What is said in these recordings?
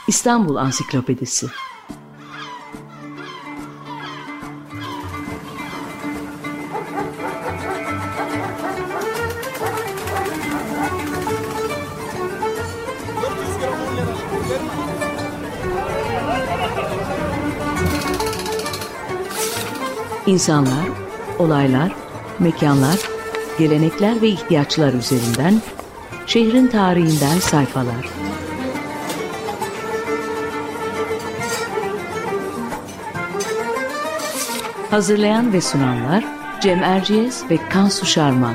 İstanbul Ansiklopedisi. İnsanlar, olaylar, mekanlar, gelenekler ve ihtiyaçlar üzerinden şehrin tarihinden sayfalar. Hazırlayan ve sunanlar Cem Erciyes ve Kansu Şarman.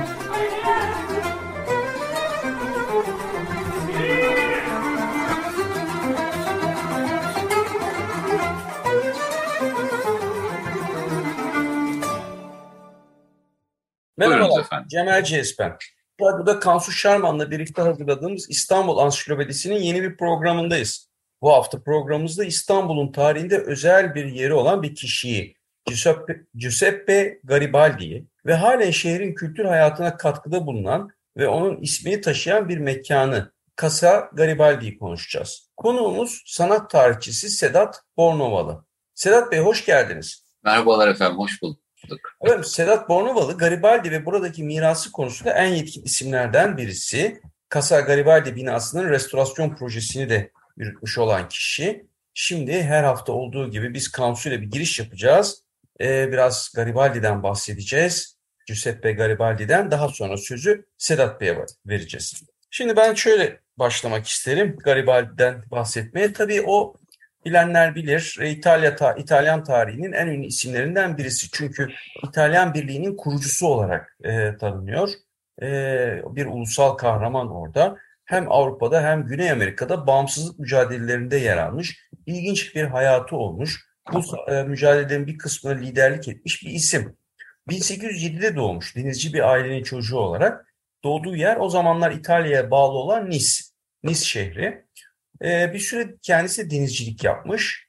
Merhabalar, Cem Erciyes ben. Radyoda Kansu Şarman'la birlikte hazırladığımız İstanbul Ansiklopedisi'nin yeni bir programındayız. Bu hafta programımızda İstanbul'un tarihinde özel bir yeri olan bir kişiyi, Giuseppe Garibaldi'yi ve halen şehrin kültür hayatına katkıda bulunan ve onun ismini taşıyan bir mekanı, Casa Garibaldi'yi konuşacağız. Konuğumuz sanat tarihçisi Sedat Bornovalı. Sedat Bey, hoş geldiniz. Merhabalar efendim, hoş bulduk. Evet, Sedat Bornovalı, Garibaldi ve buradaki mirası konusunda en yetkin isimlerden birisi. Casa Garibaldi binasının restorasyon projesini de yürütmüş olan kişi. Şimdi her hafta olduğu gibi biz Kansu ile bir giriş yapacağız. Biraz Garibaldi'den bahsedeceğiz. Giuseppe Garibaldi'den. Daha sonra sözü Sedat Bey'e vereceğiz. Şimdi ben şöyle başlamak isterim Garibaldi'den bahsetmeye. Tabii o bilenler bilir, İtalyan tarihinin en ünlü isimlerinden birisi. Çünkü İtalyan Birliği'nin kurucusu olarak tanınıyor. Bir ulusal kahraman orada. Hem Avrupa'da hem Güney Amerika'da bağımsızlık mücadelelerinde yer almış. İlginç bir hayatı olmuş. Bu mücadelelerin bir kısmına liderlik etmiş bir isim. 1807'de doğmuş denizci bir ailenin çocuğu olarak. Doğduğu yer o zamanlar İtalya'ya bağlı olan Nice şehri. Bir süre kendisi denizcilik yapmış.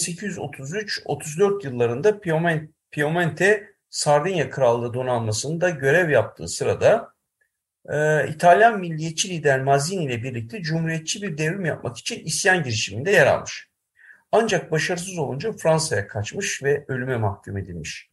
1833-34 yıllarında Piemonte Sardinya Krallığı donanmasında görev yaptığı sırada İtalyan milliyetçi lider Mazzini ile birlikte cumhuriyetçi bir devrim yapmak için isyan girişiminde yer almış. Ancak başarısız olunca Fransa'ya kaçmış ve ölüme mahkum edilmiş.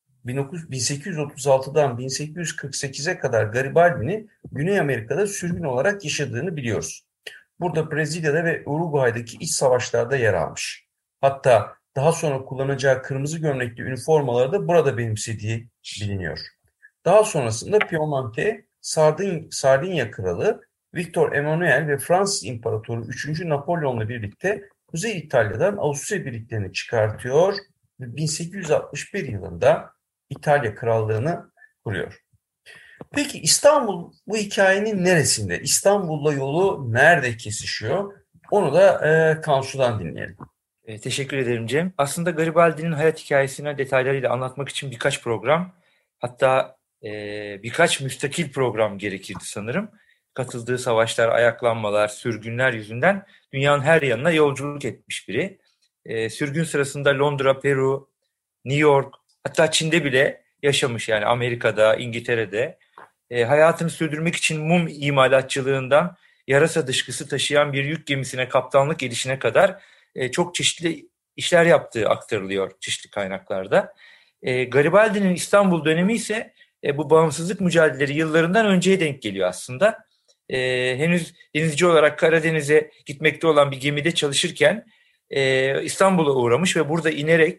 1836'dan 1848'e kadar Garibaldi'nin Güney Amerika'da sürgün olarak yaşadığını biliyoruz. Burada Brezilya'da ve Uruguay'daki iç savaşlarda yer almış. Hatta daha sonra kullanacağı kırmızı gömlekli üniformaları da burada benimsediği biliniyor. Daha sonrasında Piemonte, Sardinya Kralı Victor Emmanuel ve Fransız İmparatoru 3. Napolyon'la birlikte Kuzey İtalya'dan Avusturya birliklerini çıkartıyor ve 1861 yılında İtalya Krallığını kuruyor. Peki İstanbul bu hikayenin neresinde? İstanbul'la yolu nerede kesişiyor? Onu da Kansu'dan dinleyelim. Teşekkür ederim Cem. Aslında Garibaldi'nin hayat hikayesini detaylarıyla anlatmak için birkaç program, hatta birkaç müstakil program gerekirdi sanırım. Katıldığı savaşlar, ayaklanmalar, sürgünler yüzünden dünyanın her yanına yolculuk etmiş biri. Sürgün sırasında Londra, Peru, New York, hatta Çin'de bile yaşamış, yani Amerika'da, İngiltere'de. Hayatını sürdürmek için mum imalatçılığından yarasa dışkısı taşıyan bir yük gemisine kaptanlık edişine kadar çok çeşitli işler yaptığı aktarılıyor çeşitli kaynaklarda. Garibaldi'nin İstanbul dönemi ise bu bağımsızlık mücadeleleri yıllarından önceye denk geliyor aslında. Henüz denizci olarak Karadeniz'e gitmekte olan bir gemide çalışırken İstanbul'a uğramış ve burada inerek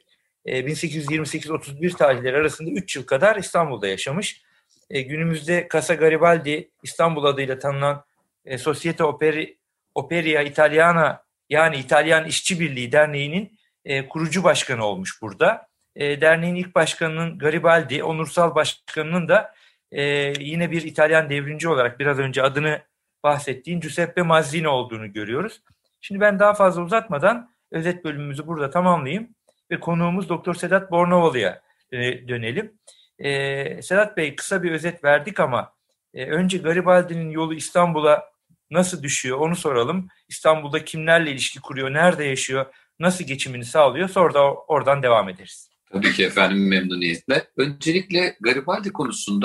1828-31 tarihleri arasında 3 yıl kadar İstanbul'da yaşamış. Günümüzde Casa Garibaldi, İstanbul adıyla tanınan Societe Opera Italiana, yani İtalyan İşçi Birliği Derneği'nin kurucu başkanı olmuş burada. Derneğin ilk başkanının Garibaldi, onursal başkanının da yine bir İtalyan devrimci olarak biraz önce adını bahsettiğim Giuseppe Mazzini olduğunu görüyoruz. Şimdi ben daha fazla uzatmadan özet bölümümüzü burada tamamlayayım ve konuğumuz Dr. Sedat Bornovalı'ya dönelim. Sedat Bey, kısa bir özet verdik ama önce Garibaldi'nin yolu İstanbul'a nasıl düşüyor onu soralım. İstanbul'da kimlerle ilişki kuruyor, nerede yaşıyor, nasıl geçimini sağlıyor, sonra da oradan devam ederiz. Tabii ki efendim, memnuniyetle. Öncelikle Garibaldi konusunda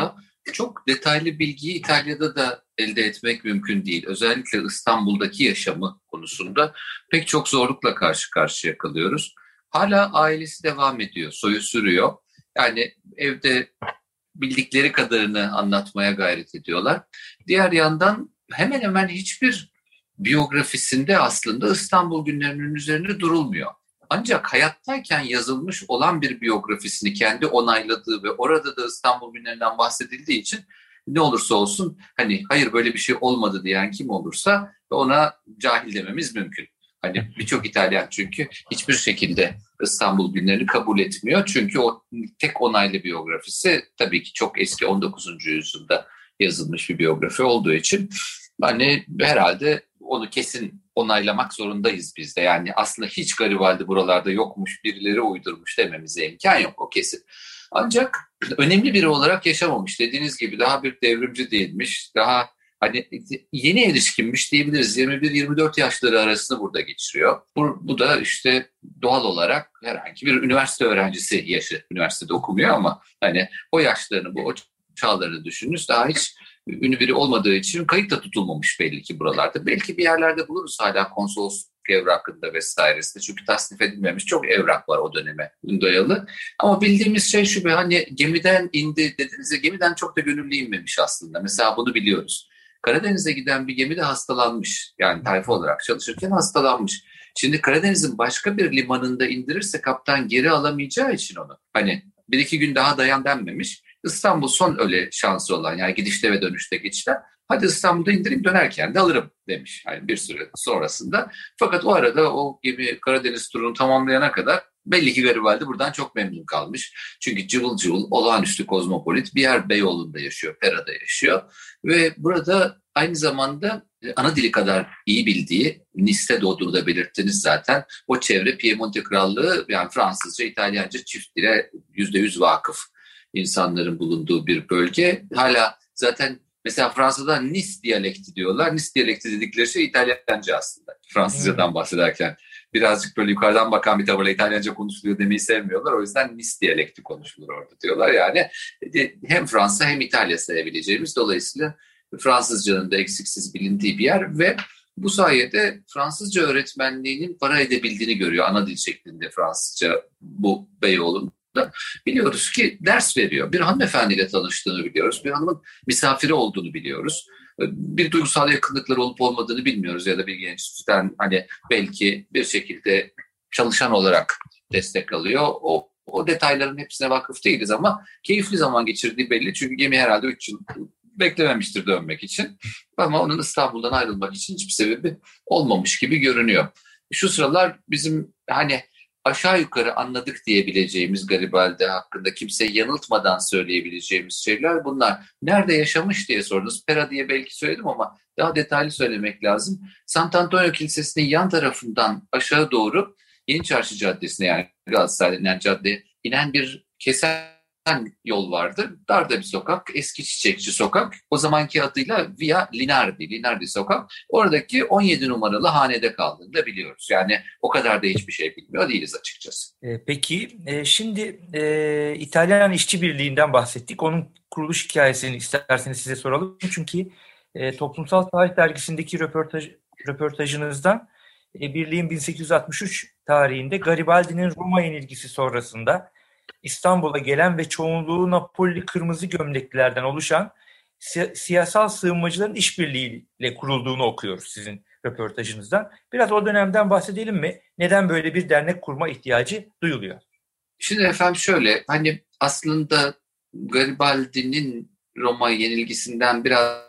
Çok detaylı bilgiyi İtalya'da da elde etmek mümkün değil. Özellikle İstanbul'daki yaşamı konusunda pek çok zorlukla karşı karşıya kalıyoruz. Hala ailesi devam ediyor, soyu sürüyor. Yani evde bildikleri kadarını anlatmaya gayret ediyorlar. Diğer yandan hemen hemen hiçbir biyografisinde aslında İstanbul günlerinin üzerine durulmuyor. Ancak hayattayken yazılmış olan bir biyografisini kendi onayladığı ve orada da İstanbul günlerinden bahsedildiği için ne olursa olsun hani hayır böyle bir şey olmadı diyen kim olursa ona cahil dememiz mümkün. Hani birçok İtalyan çünkü hiçbir şekilde İstanbul günlerini kabul etmiyor. Çünkü o tek onaylı biyografisi tabii ki çok eski 19. yüzyılda yazılmış bir biyografi olduğu için hani herhalde onu kesin onaylamak zorundayız biz de. Yani aslında hiç Garibaldi buralarda yokmuş, birileri uydurmuş dememize imkan yok, o kesin. Ancak önemli biri olarak yaşamamış. Dediğiniz gibi daha bir devrimci değilmiş, daha hani yeni erişkinmiş diyebiliriz. 21-24 yaşları arasında burada geçiriyor. Bu da işte doğal olarak herhangi bir üniversite öğrencisi yaşı. Üniversitede okumuyor ama hani o yaşlarını, o çağlarını düşününüz. Daha hiç ünlü biri olmadığı için kayıt da tutulmamış belli ki buralarda. Belki bir yerlerde buluruz hala konsolosluk evrakında vesairesinde. Çünkü tasnif edilmemiş çok evrak var o döneme dayalı. Ama bildiğimiz şey şu, hani gemiden indi dediniz ya, gemiden çok da gönüllü inmemiş aslında. Mesela bunu biliyoruz. Karadeniz'e giden bir gemide hastalanmış. Yani tayfa olarak çalışırken hastalanmış. Şimdi Karadeniz'in başka bir limanında indirirse kaptan geri alamayacağı için onu. Hani bir iki gün daha dayan denmemiş. İstanbul son öyle şansı olan, yani gidişte ve dönüşte geçişler. Hadi İstanbul'da indireyim, dönerken de alırım demiş. Yani bir süre sonrasında. Fakat o arada o gemi Karadeniz turunu tamamlayana kadar belli ki Garibaldi buradan çok memnun kalmış. Çünkü cıvıl cıvıl olağanüstü kozmopolit bir yer, Beyoğlu'nda yaşıyor, Pera'da yaşıyor. Ve burada aynı zamanda ana dili kadar iyi bildiği, Nice'te doğduğunu da belirttiniz zaten. O çevre Piemonte Krallığı, yani Fransızca, İtalyanca çift dile %100 vakıf insanların bulunduğu bir bölge. Hala zaten mesela Fransa'da Nice diyalekti diyorlar. Nice diyalekti dedikleri şey İtalyanca aslında. Fransızcadan bahsederken birazcık böyle yukarıdan bakan bir tavırla İtalyanca konuşuluyor demeyi sevmiyorlar. O yüzden Nice diyalekti konuşulur orada diyorlar. Yani hem Fransa hem İtalya sayabileceğimiz, dolayısıyla Fransızcanın da eksiksiz bilindiği bir yer ve bu sayede Fransızca öğretmenliğinin para edebildiğini görüyor. Ana dil şeklinde Fransızca bu Beyoğlu'nda. Biliyoruz ki ders veriyor. Bir hanımefendiyle tanıştığını biliyoruz. Bir hanımın misafiri olduğunu biliyoruz. Bir duygusal yakınlıkları olup olmadığını bilmiyoruz ya da bir gençten hani belki bir şekilde çalışan olarak destek alıyor. O detayların hepsine vakıf değiliz ama keyifli zaman geçirdiği belli. Çünkü gemi herhalde 3 yıl beklememiştir dönmek için. Ama onun İstanbul'dan ayrılmak için hiçbir sebebi olmamış gibi görünüyor. Şu sıralar bizim hani aşağı yukarı anladık diyebileceğimiz Garibaldi hakkında kimseyi yanıltmadan söyleyebileceğimiz şeyler bunlar. Nerede yaşamış diye sordunuz. Pera diye belki söyledim ama daha detaylı söylemek lazım. Sant'Antonio Kilisesi'nin yan tarafından aşağı doğru Yeni Çarşı Caddesi'ne, yani Galatasaray denen caddeye inen bir kesen yol vardı. Dar da bir sokak, eski çiçekçi sokak. O zamanki adıyla Via Linardi sokak. Oradaki 17 numaralı hanede kaldığını da biliyoruz. Yani o kadar da hiçbir şey bilmiyor değiliz açıkçası. Peki şimdi İtalyan İşçi Birliği'nden bahsettik. Onun kuruluş hikayesini isterseniz size soralım. Çünkü Toplumsal Tarih Dergisi'ndeki röportajınızdan birliğin 1863 tarihinde Garibaldi'nin Roma yenilgisi sonrasında İstanbul'a gelen ve çoğunluğu Napoli kırmızı gömleklilerden oluşan siyasal sığınmacıların işbirliğiyle kurulduğunu okuyoruz sizin röportajınızdan. Biraz o dönemden bahsedelim mi? Neden böyle bir dernek kurma ihtiyacı duyuluyor? Şimdi efendim şöyle, hani aslında Garibaldi'nin Roma yenilgisinden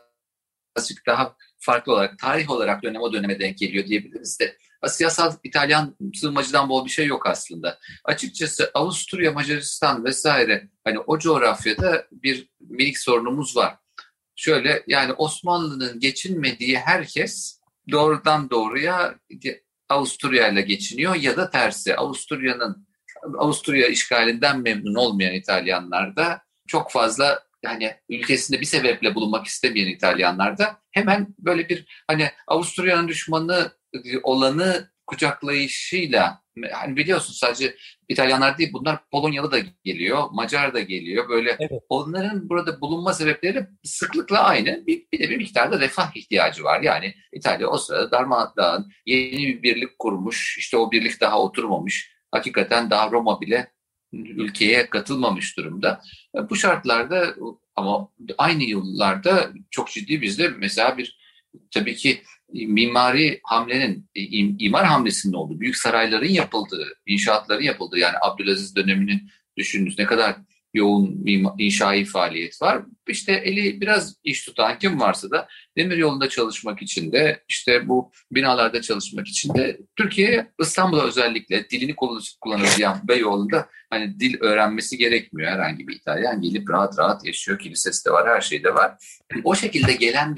birazcık daha farklı olarak, tarih olarak o döneme denk geliyor diyebiliriz de siyasal İtalyan sığınmacıdan bol bir şey yok aslında. Açıkçası Avusturya, Macaristan vesaire, hani o coğrafyada bir minik sorunumuz var. Şöyle, yani Osmanlı'nın geçinmediği herkes doğrudan doğruya Avusturya ile geçiniyor ya da tersi. Avusturya işgalinden memnun olmayan İtalyanlar da çok fazla, yani ülkesinde bir sebeple bulunmak istemeyen İtalyanlar da hemen böyle bir hani Avusturya'nın düşmanı olanı kucaklayışıyla hani biliyorsun sadece İtalyanlar değil, bunlar Polonyalı da geliyor, Macar da geliyor. Böyle Evet. onların burada bulunma sebepleri sıklıkla aynı. Bir de bir miktarda refah ihtiyacı var. Yani İtalya o sırada darmadağın yeni bir birlik kurmuş. İşte o birlik daha oturmamış. Hakikaten daha Roma bile ülkeye katılmamış durumda. Bu şartlarda ama aynı yıllarda çok ciddi bizde mesela tabii ki mimari hamlenin, imar hamlesinin olduğu, büyük sarayların yapıldığı, inşaatların yapıldığı, yani Abdülaziz dönemini düşününüz, ne kadar yoğun inşai faaliyet var. İşte eli biraz iş tutan kim varsa da demiryolunda çalışmak için de, işte bu binalarda çalışmak için de Türkiye'ye, İstanbul'a özellikle dilini kullanabilen Beyoğlu'nda hani dil öğrenmesi gerekmiyor. Herhangi bir İtalyan gelip rahat rahat yaşıyor. Kilisesi de var, her şey de var. O şekilde gelen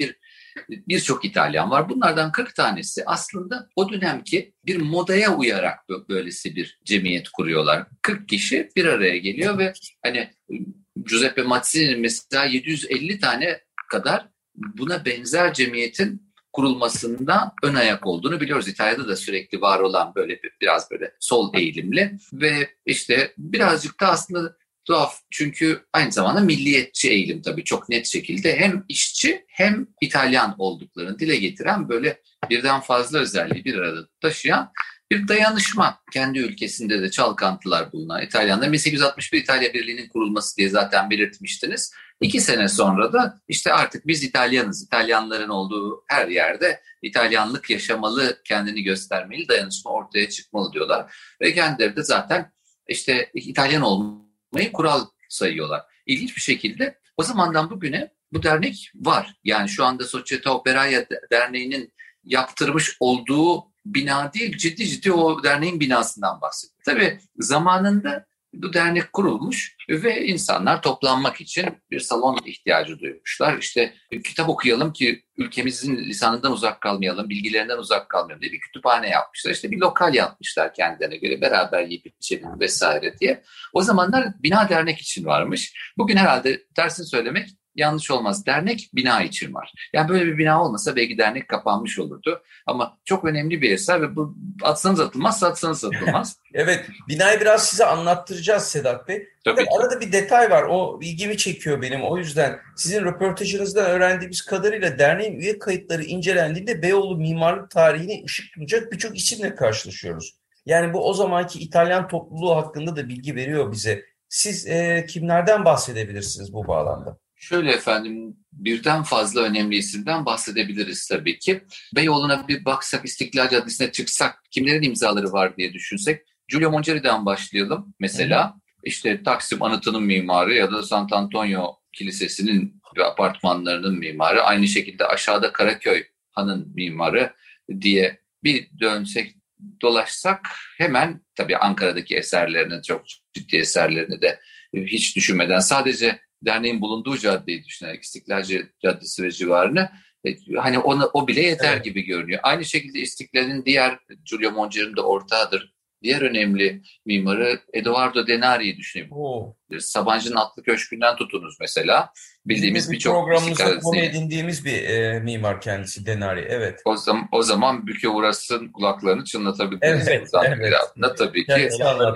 birçok İtalyan var. Bunlardan 40 tanesi aslında o dönemki bir modaya uyarak böylesi bir cemiyet kuruyorlar. 40 kişi bir araya geliyor ve hani Giuseppe Mazzini'nin mesela 750 tane kadar buna benzer cemiyetin kurulmasında ön ayak olduğunu biliyoruz. İtalya'da da sürekli var olan böyle biraz böyle sol eğilimli ve işte birazcık da aslında tuhaf, çünkü aynı zamanda milliyetçi eğilim tabii çok net şekilde hem işçi hem İtalyan olduklarını dile getiren, böyle birden fazla özelliği bir arada taşıyan bir dayanışma. Kendi ülkesinde de çalkantılar bulunan İtalyanlar. 1861 İtalya Birliği'nin kurulması diye zaten belirtmiştiniz. 2 sene sonra da işte artık biz İtalyanız, İtalyanların olduğu her yerde İtalyanlık yaşamalı, kendini göstermeli, dayanışma ortaya çıkmalı diyorlar. Ve kendileri de zaten işte İtalyan olmayı kural sayıyorlar. İlginç bir şekilde o zamandan bugüne bu dernek var. Yani şu anda Società Operaia Derneği'nin yaptırmış olduğu bina değil, ciddi o derneğin binasından bahsediyor. Tabii zamanında bu dernek kurulmuş ve insanlar toplanmak için bir salon ihtiyacı duymuşlar. İşte kitap okuyalım ki ülkemizin lisanından uzak kalmayalım, bilgilerinden uzak kalmayalım diye bir kütüphane yapmışlar. İşte bir lokal yapmışlar kendilerine göre, beraber yiyip içelim vesaire diye. O zamanlar bina dernek için varmış. Bugün herhalde tersini söylemek yanlış olmaz. Dernek bina için var. Yani böyle bir bina olmasa belki dernek kapanmış olurdu. Ama çok önemli bir eser ve bu atsanız atılmaz, satsanız satılmaz. Evet, binayı biraz size anlattıracağız Sedat Bey. Tabii. Arada bir detay var. O ilgimi çekiyor benim. O yüzden sizin röportajınızdan öğrendiğimiz kadarıyla derneğin üye kayıtları incelendiğinde Beyoğlu mimarlık tarihine ışık tutacak birçok isimle karşılaşıyoruz. Yani bu o zamanki İtalyan topluluğu hakkında da bilgi veriyor bize. Siz kimlerden bahsedebilirsiniz bu bağlamda? Şöyle efendim, birden fazla önemli isimden bahsedebiliriz tabii ki. Beyoğlu'na bir baksak, İstiklal Caddesi'ne çıksak kimlerin imzaları var diye düşünsek, Giulio Mongeri'den başlayalım mesela. İşte Taksim Anıtı'nın mimarı ya da Sant'Antonio Kilisesi'nin ve apartmanlarının mimarı. Aynı şekilde aşağıda Karaköy Han'ın mimarı diye bir dönsek, dolaşsak hemen tabii Ankara'daki eserlerini, çok ciddi eserlerini de hiç düşünmeden sadece derneğin bulunduğu caddeyi düşünerek İstiklal Caddesi ve civarını, hani o bile yeter gibi görünüyor. Aynı şekilde İstiklal'in diğer, Giulio Mongeri'nin de ortağıdır, diğer önemli mimarı Edoardo Denari'yi düşünebiliriz. Sabancı'nın Atlı Köşkü'nden tutunuz mesela. Bildiğimiz birçok programımızda konu edindiğimiz bir mimar kendisi Denari. Evet. O zaman Büke Uras'ın kulaklarını çınlatabiliriz. Evet. Tabii ki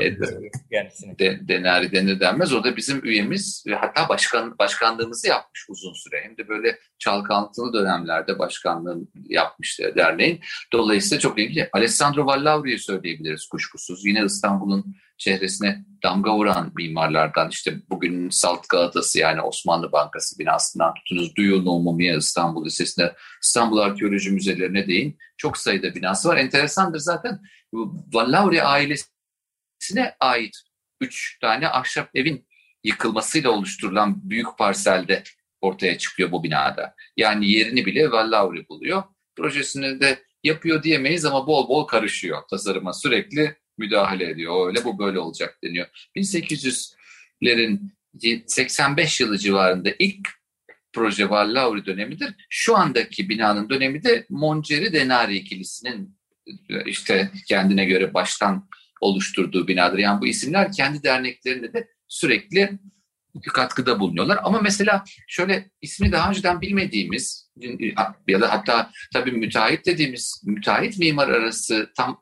Denari denir denmez. O da bizim üyemiz ve hatta başkanlığımızı yapmış uzun süre. Hem de böyle çalkantılı dönemlerde başkanlığını yapmıştı derneğin. Dolayısıyla çok ilgili. Alessandro Vallauri'yi söyleyebiliriz kuşkusuz. Yine İstanbul'un çehresine damga vuran mimarlardan, işte bugünün Salt Galatası, yani Osmanlı Bankası binasından tutunuz Duyun Umumiye İstanbul Lisesi'ne, İstanbul Arkeoloji Müzelerine değin çok sayıda binası var. Enteresandır zaten, Vallauri ailesine ait 3 tane ahşap evin yıkılmasıyla oluşturulan büyük parselde ortaya çıkıyor bu binada. Yani yerini bile Vallauri buluyor. Projesini de yapıyor diyemeyiz ama bol bol karışıyor tasarıma, sürekli müdahale ediyor. Öyle bu böyle olacak deniyor. 1800'lerin 85 yılı civarında ilk proje Vallauri dönemidir. Şu andaki binanın dönemi de Mongeri Denari ikilisinin işte kendine göre baştan oluşturduğu binadır. Yani bu isimler kendi derneklerinde de sürekli katkıda bulunuyorlar. Ama mesela şöyle ismi daha önceden bilmediğimiz ya da hatta tabii müteahhit dediğimiz müteahhit mimar arası tam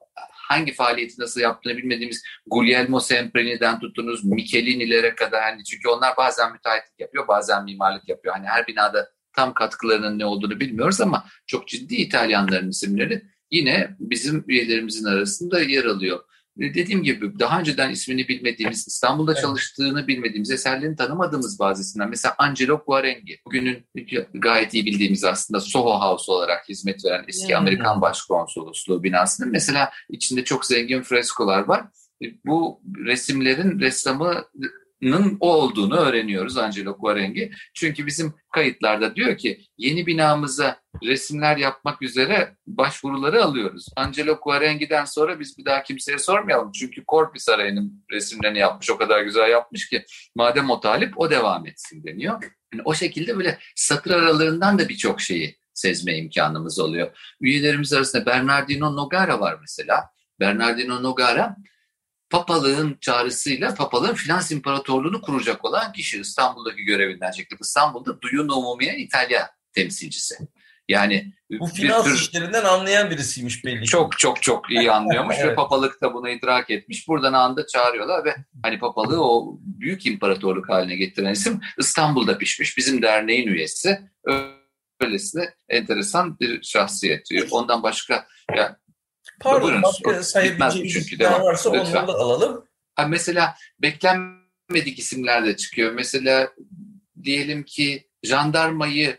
hangi faaliyeti nasıl yaptığını bilmediğimiz Guglielmo Semproni'den tutunuz Michelini'lere kadar, hani çünkü onlar bazen müteahhitlik yapıyor, bazen mimarlık yapıyor. Hani her binada tam katkılarının ne olduğunu bilmiyoruz ama çok ciddi İtalyanların isimleri yine bizim üyelerimizin arasında yer alıyor. Dediğim gibi daha önceden ismini bilmediğimiz, İstanbul'da çalıştığını bilmediğimiz, eserlerini tanımadığımız bazı isimler. Mesela Angelo Guarengi, bugünün gayet iyi bildiğimiz aslında Soho House olarak hizmet veren eski Amerikan Başkonsolosluğu binasının mesela içinde çok zengin freskolar var. Bu resimlerin ressamının o olduğunu öğreniyoruz, Angelo Guarengi. Çünkü bizim kayıtlarda diyor ki yeni binamıza resimler yapmak üzere başvuruları alıyoruz. Angelo Guarengi'den sonra biz bir daha kimseye sormayalım. Çünkü Corpi Sarayı'nın resimlerini yapmış, o kadar güzel yapmış ki madem o talip o devam etsin deniyor. Yani o şekilde böyle satır aralarından da birçok şeyi sezme imkanımız oluyor. Üyelerimiz arasında Bernardino Nogara var mesela. Bernardino Nogara papalığın çağrısıyla papalığın finans imparatorluğunu kuracak olan kişi, İstanbul'daki görevinden çekilip İstanbul'da Duyun Umumiye İtalya temsilcisi. Yani bu finans işlerinden anlayan birisiymiş belli ki. Çok iyi anlıyormuş evet. Ve papalık da bunu idrak etmiş. Buradan anda çağırıyorlar ve hani papalığı o büyük imparatorluk haline getiren isim İstanbul'da pişmiş. Bizim derneğin üyesi. Öylesine enteresan bir şahsiyet. Ondan başka yani pardon, başka sayabileceğimiz isimler varsa lütfen. Onları da alalım. Mesela beklenmedik isimler de çıkıyor. Mesela diyelim ki jandarmayı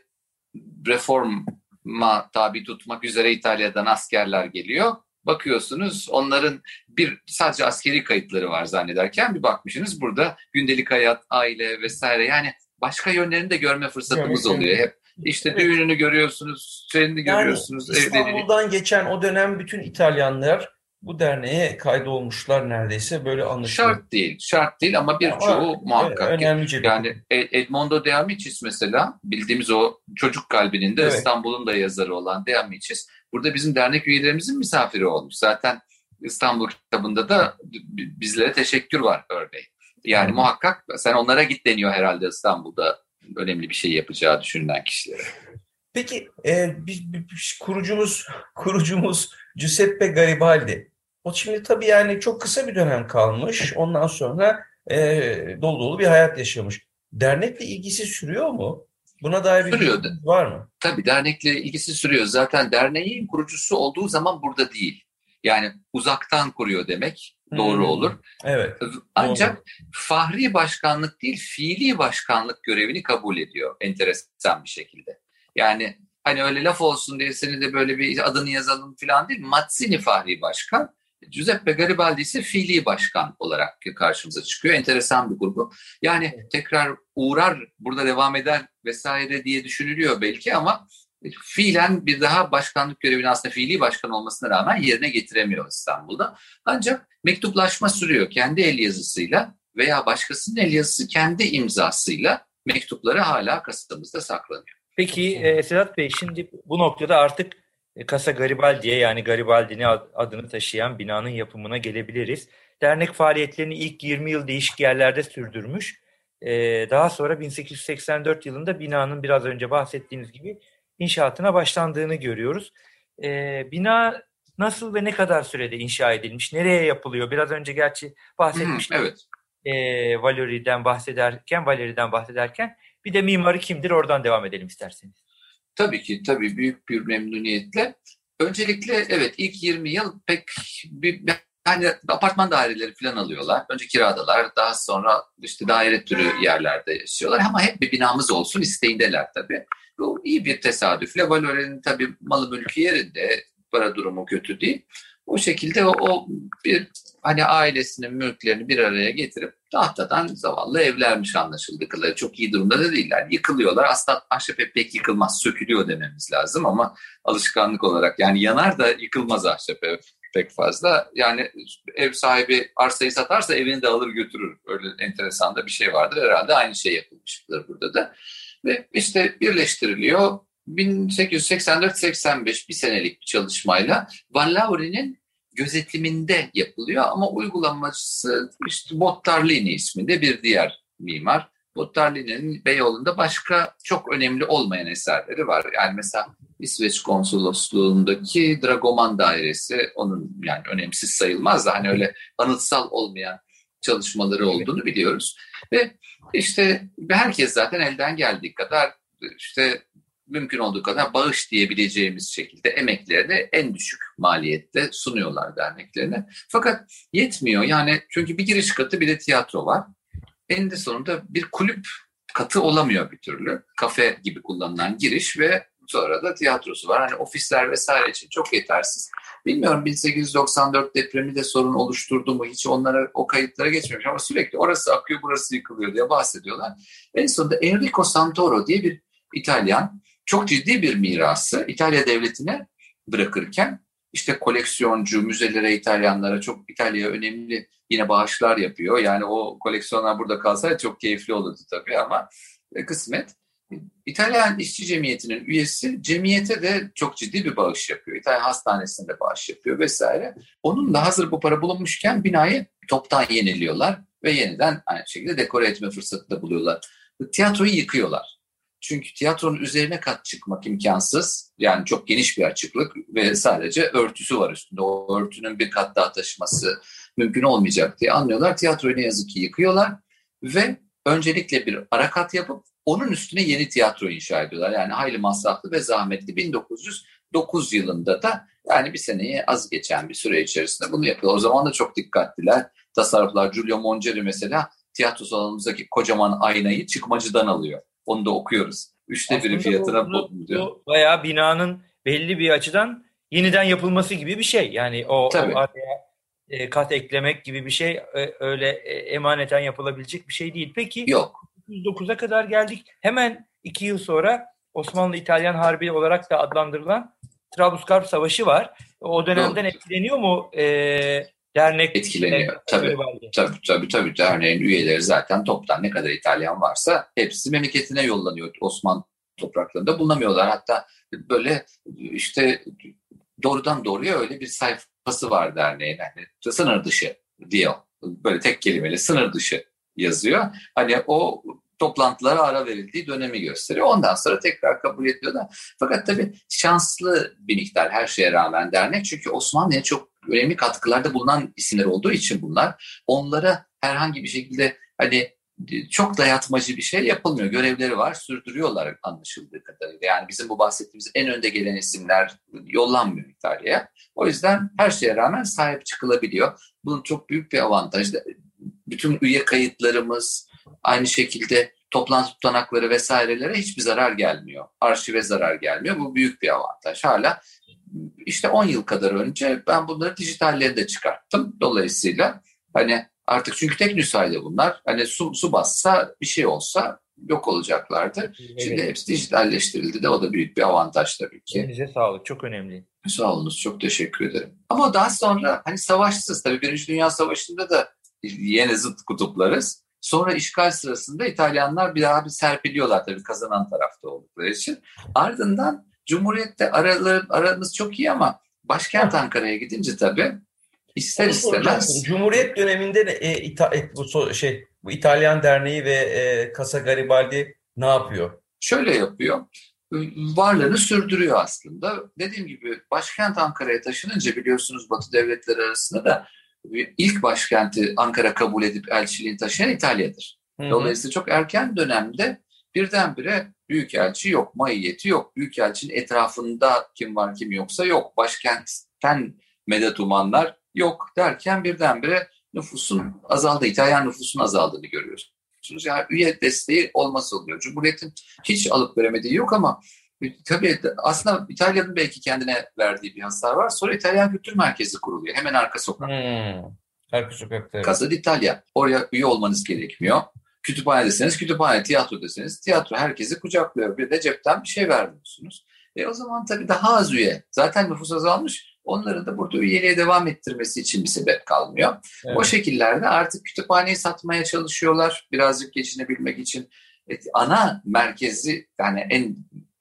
reforma tabi tutmak üzere İtalya'dan askerler geliyor. Bakıyorsunuz onların sadece askeri kayıtları var zannederken bir bakmışsınız burada gündelik hayat, aile vesaire, yani başka yönlerini de görme fırsatımız oluyor hep. İşte evet. Düğününü görüyorsunuz, şeyini görüyorsunuz. Yani İstanbul'dan geçen o dönem bütün İtalyanlar bu derneğe kaydolmuşlar neredeyse, böyle anlaşılıyor. Şart değil ama birçoğu muhakkak. Önemli. Yani Edmondo De Amicis mesela, bildiğimiz o çocuk kalbinin de evet. İstanbul'un da yazarı olan De Amicis burada bizim dernek üyelerimizin misafiri olmuş. Zaten İstanbul kitabında da bizlere teşekkür var örneğin. Yani muhakkak sen onlara git deniyor herhalde İstanbul'da önemli bir şey yapacağı düşünülen kişilere. Peki kurucumuz Giuseppe Garibaldi. O şimdi tabii yani çok kısa bir dönem kalmış. Ondan sonra dolu dolu bir hayat yaşamış. Dernekle ilgisi sürüyor mu? Buna dair bir bilgi var mı? Tabii dernekle ilgisi sürüyor. Zaten derneğin kurucusu olduğu zaman burada değil. Yani uzaktan kuruyor demek doğru olur. Evet. Ancak fahri başkanlık değil, fiili başkanlık görevini kabul ediyor enteresan bir şekilde. Yani hani öyle laf olsun diye seni de böyle bir adını yazalım falan değil. Mazzini fahri başkan, Giuseppe Garibaldi ise fiili başkan olarak karşımıza çıkıyor. Enteresan bir grubu. Yani tekrar uğrar, burada devam eder vesaire diye düşünülüyor belki ama fiilen bir daha başkanlık görevini aslında fiili başkan olmasına rağmen yerine getiremiyor İstanbul'da. Ancak mektuplaşma sürüyor. Kendi el yazısıyla veya başkasının el yazısı kendi imzasıyla mektupları hala kasamızda saklanıyor. Peki Sedat Bey, şimdi bu noktada artık Casa Garibaldi'ye, yani Garibaldi'nin adını taşıyan binanın yapımına gelebiliriz. Dernek faaliyetlerini ilk 20 yıl değişik yerlerde sürdürmüş. Daha sonra 1884 yılında binanın biraz önce bahsettiğiniz gibi inşaatına başlandığını görüyoruz. Bina nasıl ve ne kadar sürede inşa edilmiş? Nereye yapılıyor? Biraz önce gerçi bahsetmiştik. Evet. Valeri'den bahsederken bir de mimarı kimdir? Oradan devam edelim isterseniz. Tabii büyük bir memnuniyetle. Öncelikle evet, ilk 20 yıl pek yani apartman daireleri falan alıyorlar. Önce kiradalar, daha sonra işte daire türü yerlerde yaşıyorlar ama hep bir binamız olsun isteğindeler tabii. Bu iyi bir tesadüfle. Valeri'nin tabii malı mülkü yerinde, para durumu kötü değil. O şekilde o bir hani ailesinin mülklerini bir araya getirip tahtadan zavallı evlermiş anlaşıldıkları. Çok iyi durumda da değiller. Yıkılıyorlar. Aslında ahşap pek yıkılmaz, sökülüyor dememiz lazım ama alışkanlık olarak yani yanar da yıkılmaz ahşap ev pek fazla. Yani ev sahibi arsayı satarsa evini de alır götürür. Öyle enteresan da bir şey vardır. Herhalde aynı şey yapılmıştır burada da. Ve işte birleştiriliyor. 1884-85 bir senelik bir çalışmayla Valeri'nin gözetiminde yapılıyor ama uygulamacısı işte Bottarlini isminde bir diğer mimar. Bottarlini'nin Beyoğlu'nda başka çok önemli olmayan eserleri var. Yani mesela İsveç Konsolosluğu'ndaki Dragoman Dairesi, onun yani önemsiz sayılmaz da hani öyle anıtsal olmayan çalışmaları olduğunu biliyoruz. Ve işte herkes zaten elden geldiği kadar işte mümkün olduğu kadar bağış diyebileceğimiz şekilde emeklerini en düşük maliyette sunuyorlar derneklerine. Fakat yetmiyor yani, çünkü bir giriş katı bir de tiyatro var. Eninde sonunda bir kulüp katı olamıyor bir türlü. Kafe gibi kullanılan giriş ve sonra da tiyatrosu var. Hani ofisler vesaire için çok yetersiz. Bilmiyorum 1894 depremi de sorun oluşturdu mu, hiç onlara, o kayıtlara geçmemiş ama sürekli orası akıyor burası yıkılıyor diye bahsediyorlar. En sonunda Enrico Santoro diye bir İtalyan çok ciddi bir mirası İtalya devletine bırakırken işte koleksiyoncu, müzelere, İtalyanlara, çok İtalya'ya önemli yine bağışlar yapıyor. Yani o koleksiyonlar burada kalsaydı çok keyifli olurdu tabii ama kısmet. İtalyan İşçi Cemiyeti'nin üyesi cemiyete de çok ciddi bir bağış yapıyor. İtalyan Hastanesi'ne de bağış yapıyor vesaire. Onun da hazır bu para bulunmuşken binayı toptan yeniliyorlar ve yeniden aynı şekilde dekore etme fırsatı da buluyorlar. Tiyatroyu yıkıyorlar. Çünkü tiyatronun üzerine kat çıkmak imkansız. Yani çok geniş bir açıklık ve sadece örtüsü var üstünde. O örtünün bir kat daha taşıması mümkün olmayacak diye anlıyorlar. Tiyatroyu ne yazık ki yıkıyorlar ve öncelikle bir ara kat yapıp onun üstüne yeni tiyatro inşa ediyorlar. Yani hayli masraflı ve zahmetli. 1909 yılında da, yani bir seneyi az geçen bir süre içerisinde bunu yapıyorlar. O zaman da çok dikkatliler. Tasarruflar. Giulio Mongeri mesela tiyatro salonumuzdaki kocaman aynayı çıkmacıdan alıyor. Onu da okuyoruz. 1/3 fiyatına diyor. Bu bayağı binanın belli bir açıdan yeniden yapılması gibi bir şey. Yani o araya kat eklemek gibi bir şey öyle emaneten yapılabilecek bir şey değil. Peki yok. 1909'a kadar geldik. Hemen 2 yıl sonra Osmanlı-İtalyan Harbi olarak da adlandırılan Trablusgarp Savaşı var. O dönemden etkileniyor mu dernek? Etkileniyor. Tabii. Derneğin üyeleri zaten toptan ne kadar İtalyan varsa hepsi memleketine yollanıyor. Osmanlı topraklarında bulunamıyorlar. Hatta böyle işte doğrudan doğruya öyle bir sayfası var derneğin. Yani sınır dışı diyor. Böyle tek kelimeyle sınır dışı yazıyor. Hani o toplantılara ara verildiği dönemi gösteriyor. Ondan sonra tekrar kabul ediyorlar. Fakat tabii şanslı bir miktar her şeye rağmen dernek. Çünkü Osmanlı'ya çok önemli katkılarda bulunan isimler olduğu için bunlar. Onlara herhangi bir şekilde hani çok dayatmacı bir şey yapılmıyor. Görevleri var, sürdürüyorlar anlaşıldığı kadarıyla. Yani bizim bu bahsettiğimiz en önde gelen isimler yollanmıyor İtalya'ya. O yüzden her şeye rağmen sahip çıkılabiliyor. Bunun çok büyük bir avantajı. Bütün üye kayıtlarımız, aynı şekilde toplantı tutanakları vesairelere hiçbir zarar gelmiyor. Arşive zarar gelmiyor. Bu büyük bir avantaj. Hala işte 10 yıl kadar önce ben bunları dijitallerine de çıkarttım. Dolayısıyla hani artık, çünkü tek nüshaydı bunlar. Hani su bassa, bir şey olsa yok olacaklardı. Evet. Şimdi hepsi dijitalleştirildi de o da büyük bir avantaj tabii ki. Elinize sağlık. Çok önemli. Sağ olunuz. Çok teşekkür ederim. Ama daha sonra hani savaşsız, tabii Birinci Dünya Savaşı'nda da yine zıt kutuplarız. Sonra işgal sırasında İtalyanlar bir daha bir serpiliyorlar tabii kazanan tarafta oldukları için. Ardından Cumhuriyet'te aranız çok iyi ama başkent Ankara'ya gidince tabii ister istemez. Cumhuriyet döneminde bu İtalyan Derneği ve Casa Garibaldi ne yapıyor? Şöyle yapıyor. Varlığını sürdürüyor aslında. Dediğim gibi başkent Ankara'ya taşınınca biliyorsunuz Batı devletleri arasında da ilk başkenti Ankara kabul edip elçiliğini taşıyan İtalya'dır. Hı-hı. Dolayısıyla çok erken dönemde birdenbire büyükelçi yok, maiyeti yok. Büyükelçinin etrafında kim var kim yoksa yok. Başkentten medet umanlar yok derken birdenbire nüfusun azaldığı, İtalyan nüfusun azaldığını görüyorsunuz. Yani üye desteği olması oluyor. Cumhuriyet'in hiç alıp veremediği yok ama tabii aslında İtalya'nın belki kendine verdiği bir hasar var. Sonra İtalyan Kültür Merkezi kuruluyor. Hemen arka sokakta. Arka sokakta. Evet. Casa d'Italia. Oraya üye olmanız gerekmiyor. Kütüphane deseniz kütüphane, tiyatro deseniz tiyatro, herkesi kucaklıyor. Bir de cepten bir şey vermiyorsunuz. O zaman tabii daha az üye. Zaten nüfus azalmış. Onların da burada üyeliğe devam ettirmesi için bir sebep kalmıyor. Evet. O şekillerde artık kütüphaneyi satmaya çalışıyorlar. Birazcık geçinebilmek için. Ana merkezi, yani en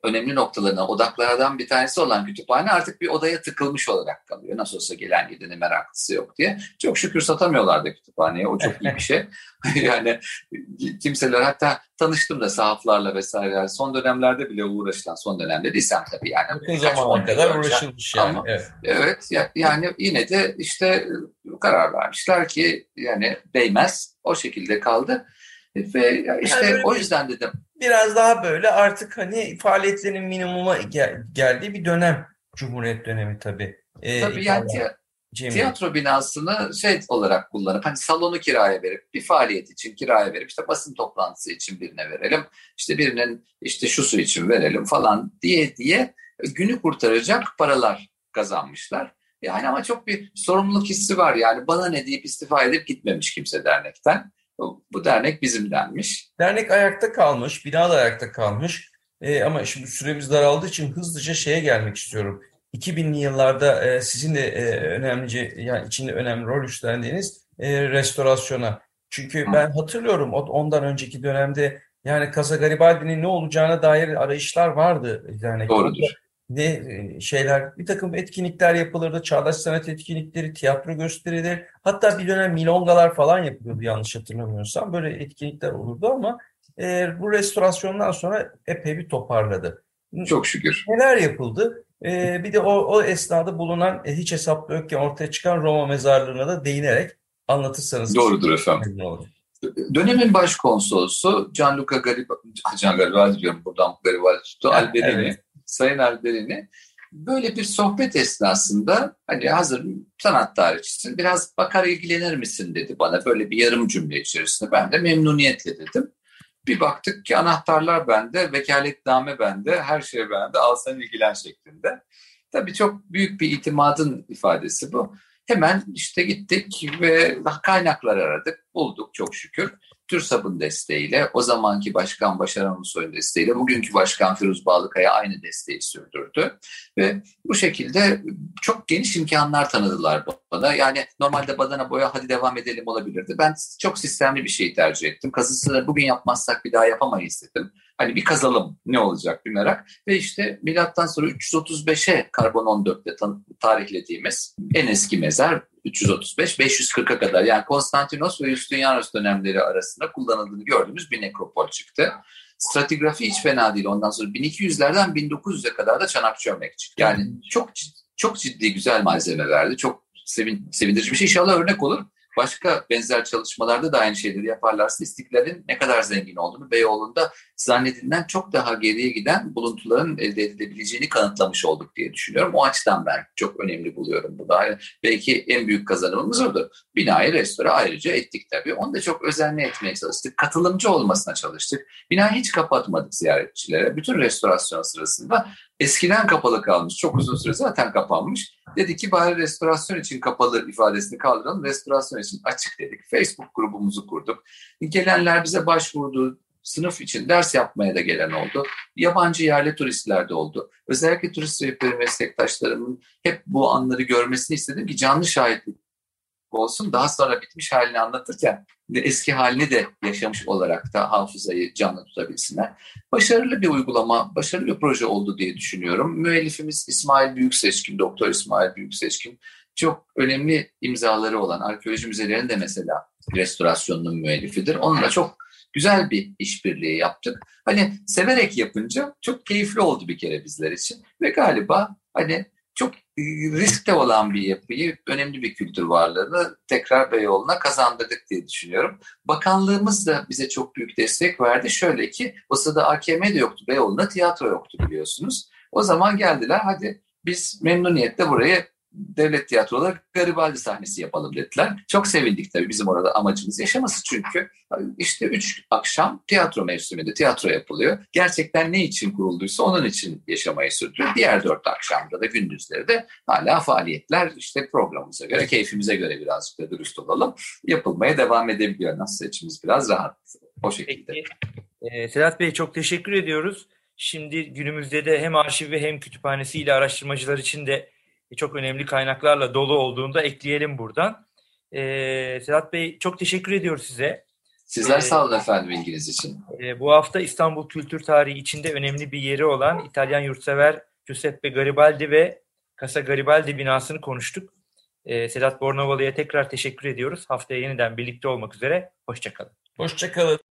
önemli noktalarına, odaklardan bir tanesi olan kütüphane artık bir odaya tıkılmış olarak kalıyor. Nasıl olsa gelen gideni meraklısı yok diye. Çok şükür satamıyorlar da kütüphaneye. O çok iyi bir şey. Yani kimseler, hatta tanıştım da sahaflarla vesaire. Yani son dönemlerde bile uğraşılan, son dönemde değilsem tabii yani. Yakın zamana kadar uğraşılmış yani. Ama evet yani yine de işte karar vermişler ki yani değmez. O şekilde kaldı. Ve işte Yani o yüzden dedim. Biraz daha böyle artık hani faaliyetlerin minimuma geldiği bir dönem. Cumhuriyet dönemi tabii. Tabii yani tiyatro binasını şey olarak kullanıp hani salonu kiraya verip bir faaliyet için kiraya verip işte basın toplantısı için birine verelim. İşte birinin işte şusu için verelim falan diye günü kurtaracak paralar kazanmışlar. Yani ama çok bir sorumluluk hissi var. Yani bana ne deyip istifa edip gitmemiş kimse dernekten. Bu dernek bizim denmiş. Dernek ayakta kalmış, bina da ayakta kalmış. Ama şimdi süremiz daraldığı için hızlıca şeye gelmek istiyorum. 2000'li yıllarda sizin de yani içinde önemli rol üstlendiğiniz restorasyona. Çünkü ben hatırlıyorum ondan önceki dönemde yani Casa Garibaldi'nin ne olacağına dair arayışlar vardı dernekte. Doğrudur. Ne şeyler, bir takım etkinlikler yapılırdı, çağdaş sanat etkinlikleri, tiyatro gösterileri, hatta bir dönem milongalar falan yapılıyordu yanlış hatırlamıyorsam. Böyle etkinlikler olurdu ama bu restorasyondan sonra epey bir toparladı. Çok şükür. Neler yapıldı? Bir de o esnada bulunan hiç hesaplı yokken ortaya çıkan Roma mezarlığına da değinerek anlatırsanız. Doğrudur efendim. Dönemin başkonsolosu Garibaldi diyorum buradan Garibaldi tuttu, Alberini, evet. Sayın Alberini böyle bir sohbet esnasında hani hazır sanat tarihçisin biraz bakar ilgilenir misin dedi bana böyle bir yarım cümle içerisinde. Ben de memnuniyetle dedim. Bir baktık ki anahtarlar bende, vekaletname bende, her şey bende, al sen ilgilen şeklinde. Tabii çok büyük bir itimadın ifadesi bu. Hemen işte gittik ve kaynaklar aradık, bulduk çok şükür. TÜRSAB'ın desteğiyle, o zamanki Başkan Başar Ulusoy'un desteğiyle, bugünkü Başkan Firuz Bağlıkaya aynı desteği sürdürdü. Ve bu şekilde çok geniş imkanlar tanıdılar bana. Yani normalde badana boya hadi devam edelim olabilirdi. Ben çok sistemli bir şey tercih ettim. Kazısını bugün yapmazsak bir daha yapamayız dedim. Hani bir kazalım ne olacak bir merak. Ve işte milattan sonra 335'e karbon 14'te tarihlediğimiz en eski mezar 335, 540'a kadar yani Konstantinos ve Justinianus dönemleri arasında kullanıldığını gördüğümüz bir nekropol çıktı. Stratigrafi hiç fena değil. Ondan sonra 1200'lerden 1900'e kadar da çanak çömlek çıktı. Yani çok ciddi güzel malzeme verdi. Çok sevindirici bir şey. İnşallah örnek olur. Başka benzer çalışmalarda da aynı şeyleri yaparlarsa İstiklal'in ne kadar zengin olduğunu, Beyoğlu'nda zannedilen çok daha geriye giden buluntuların elde edilebileceğini kanıtlamış olduk diye düşünüyorum. O açıdan ben çok önemli buluyorum bu da. Yani belki en büyük kazanımımız oldu. Binayı restore ayrıca ettik tabii. Onu da çok özenli etmeye çalıştık. Katılımcı olmasına çalıştık. Binayı hiç kapatmadık ziyaretçilere. Bütün restorasyon sırasında eskiden kapalı kalmış, çok uzun süre zaten kapanmış. Dedi ki bari restorasyon için kapalı ifadesini kaldıralım, restorasyon için açık dedik. Facebook grubumuzu kurduk. Gelenler bize başvurdu. Sınıf için ders yapmaya da gelen oldu. Yabancı yerli turistler de oldu. Özellikle turist rehberi meslektaşlarımın hep bu anları görmesini istedim ki canlı şahitlik olsun. Daha sonra bitmiş halini anlatırken eski halini de yaşamış olarak da hafızayı canlı tutabilsinler. Başarılı bir uygulama, başarılı bir proje oldu diye düşünüyorum. Müellifimiz İsmail Büyükseçkin, Doktor İsmail Büyükseçkin çok önemli imzaları olan arkeoloji müzelerinin de mesela restorasyonunun müellifidir. Onunla çok güzel bir işbirliği yaptık. Hani severek yapınca çok keyifli oldu bir kere bizler için ve galiba hani çok riskli olan bir yapıyı, önemli bir kültür varlığını tekrar Beyoğlu'na kazandırdık diye düşünüyorum. Bakanlığımız da bize çok büyük destek verdi. Şöyle ki o sırada AKM de yoktu, Beyoğlu'nda tiyatro yoktu biliyorsunuz. O zaman geldiler hadi biz memnuniyetle buraya devlet tiyatroları Garibaldi sahnesi yapalım dediler. Çok sevindik tabii bizim orada amacımız yaşaması çünkü işte 3 akşam tiyatro mevsiminde tiyatro yapılıyor. Gerçekten ne için kurulduysa onun için yaşamayı sürdürüyor. Diğer 4 akşamda da gündüzleri de hala faaliyetler işte programımıza göre, keyfimize göre birazcık da dürüst olalım. Yapılmaya devam edebiliyor. Nasıl içimiz biraz rahat o şekilde. Peki. Sedat Bey çok teşekkür ediyoruz. Şimdi günümüzde de hem arşivi hem kütüphanesiyle araştırmacılar için de çok önemli kaynaklarla dolu olduğunda ekleyelim buradan. Sedat Bey çok teşekkür ediyoruz size. Sizler sağ olun efendim ilginiz için. Bu hafta İstanbul kültür tarihi içinde önemli bir yeri olan İtalyan yurtsever Giuseppe Garibaldi ve Casa Garibaldi binasını konuştuk. Sedat Bornovalı'ya tekrar teşekkür ediyoruz. Haftaya yeniden birlikte olmak üzere. Hoşça kalın. Hoşça kalın.